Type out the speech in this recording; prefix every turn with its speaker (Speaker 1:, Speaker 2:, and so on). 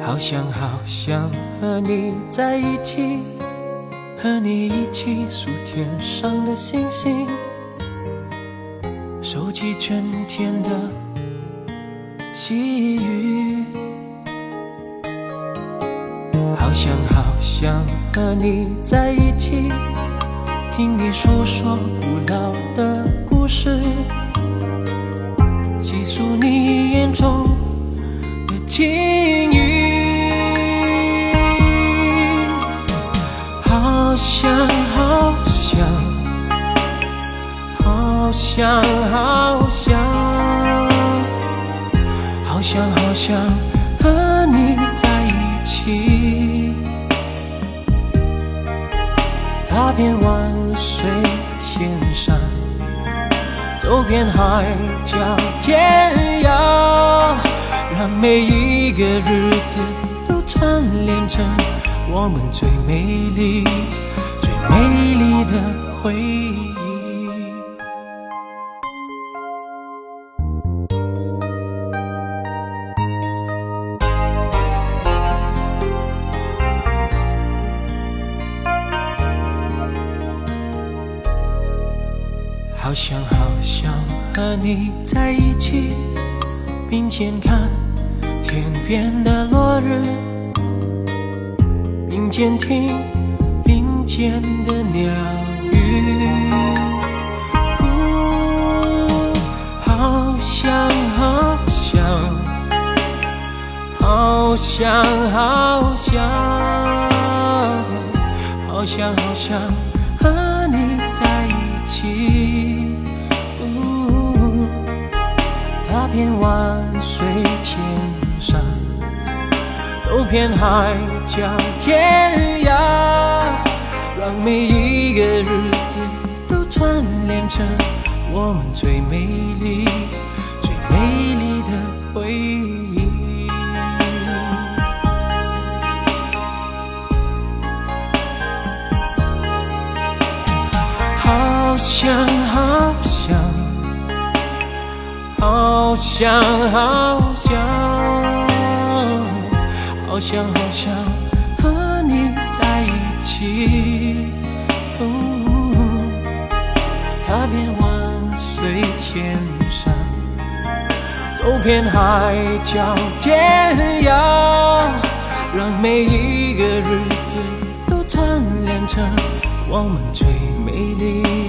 Speaker 1: 好想好想和你在一起，和你一起数天上的星星，收集春天的细雨。好想好想和你在一起，听你诉说古老的故事，细数你眼中的情谊。好想好想好想好想好想好想和你在一起，踏遍万水千山，走遍海角天涯，让每一个日子都串联成我们最美丽最美丽的回忆。好想好想和你在一起，并肩看天边的落日，并肩听林间的鸟语。好想好想好想好想好想好想和你在一起，踏遍万水千山，走遍海角天涯，让每一个日子都串联成我们最美丽最美丽的回忆。好想好想好想好想好想好想和你在一起，踏遍万水千山，走遍海角天涯，让每一个日子都串联成我们最美丽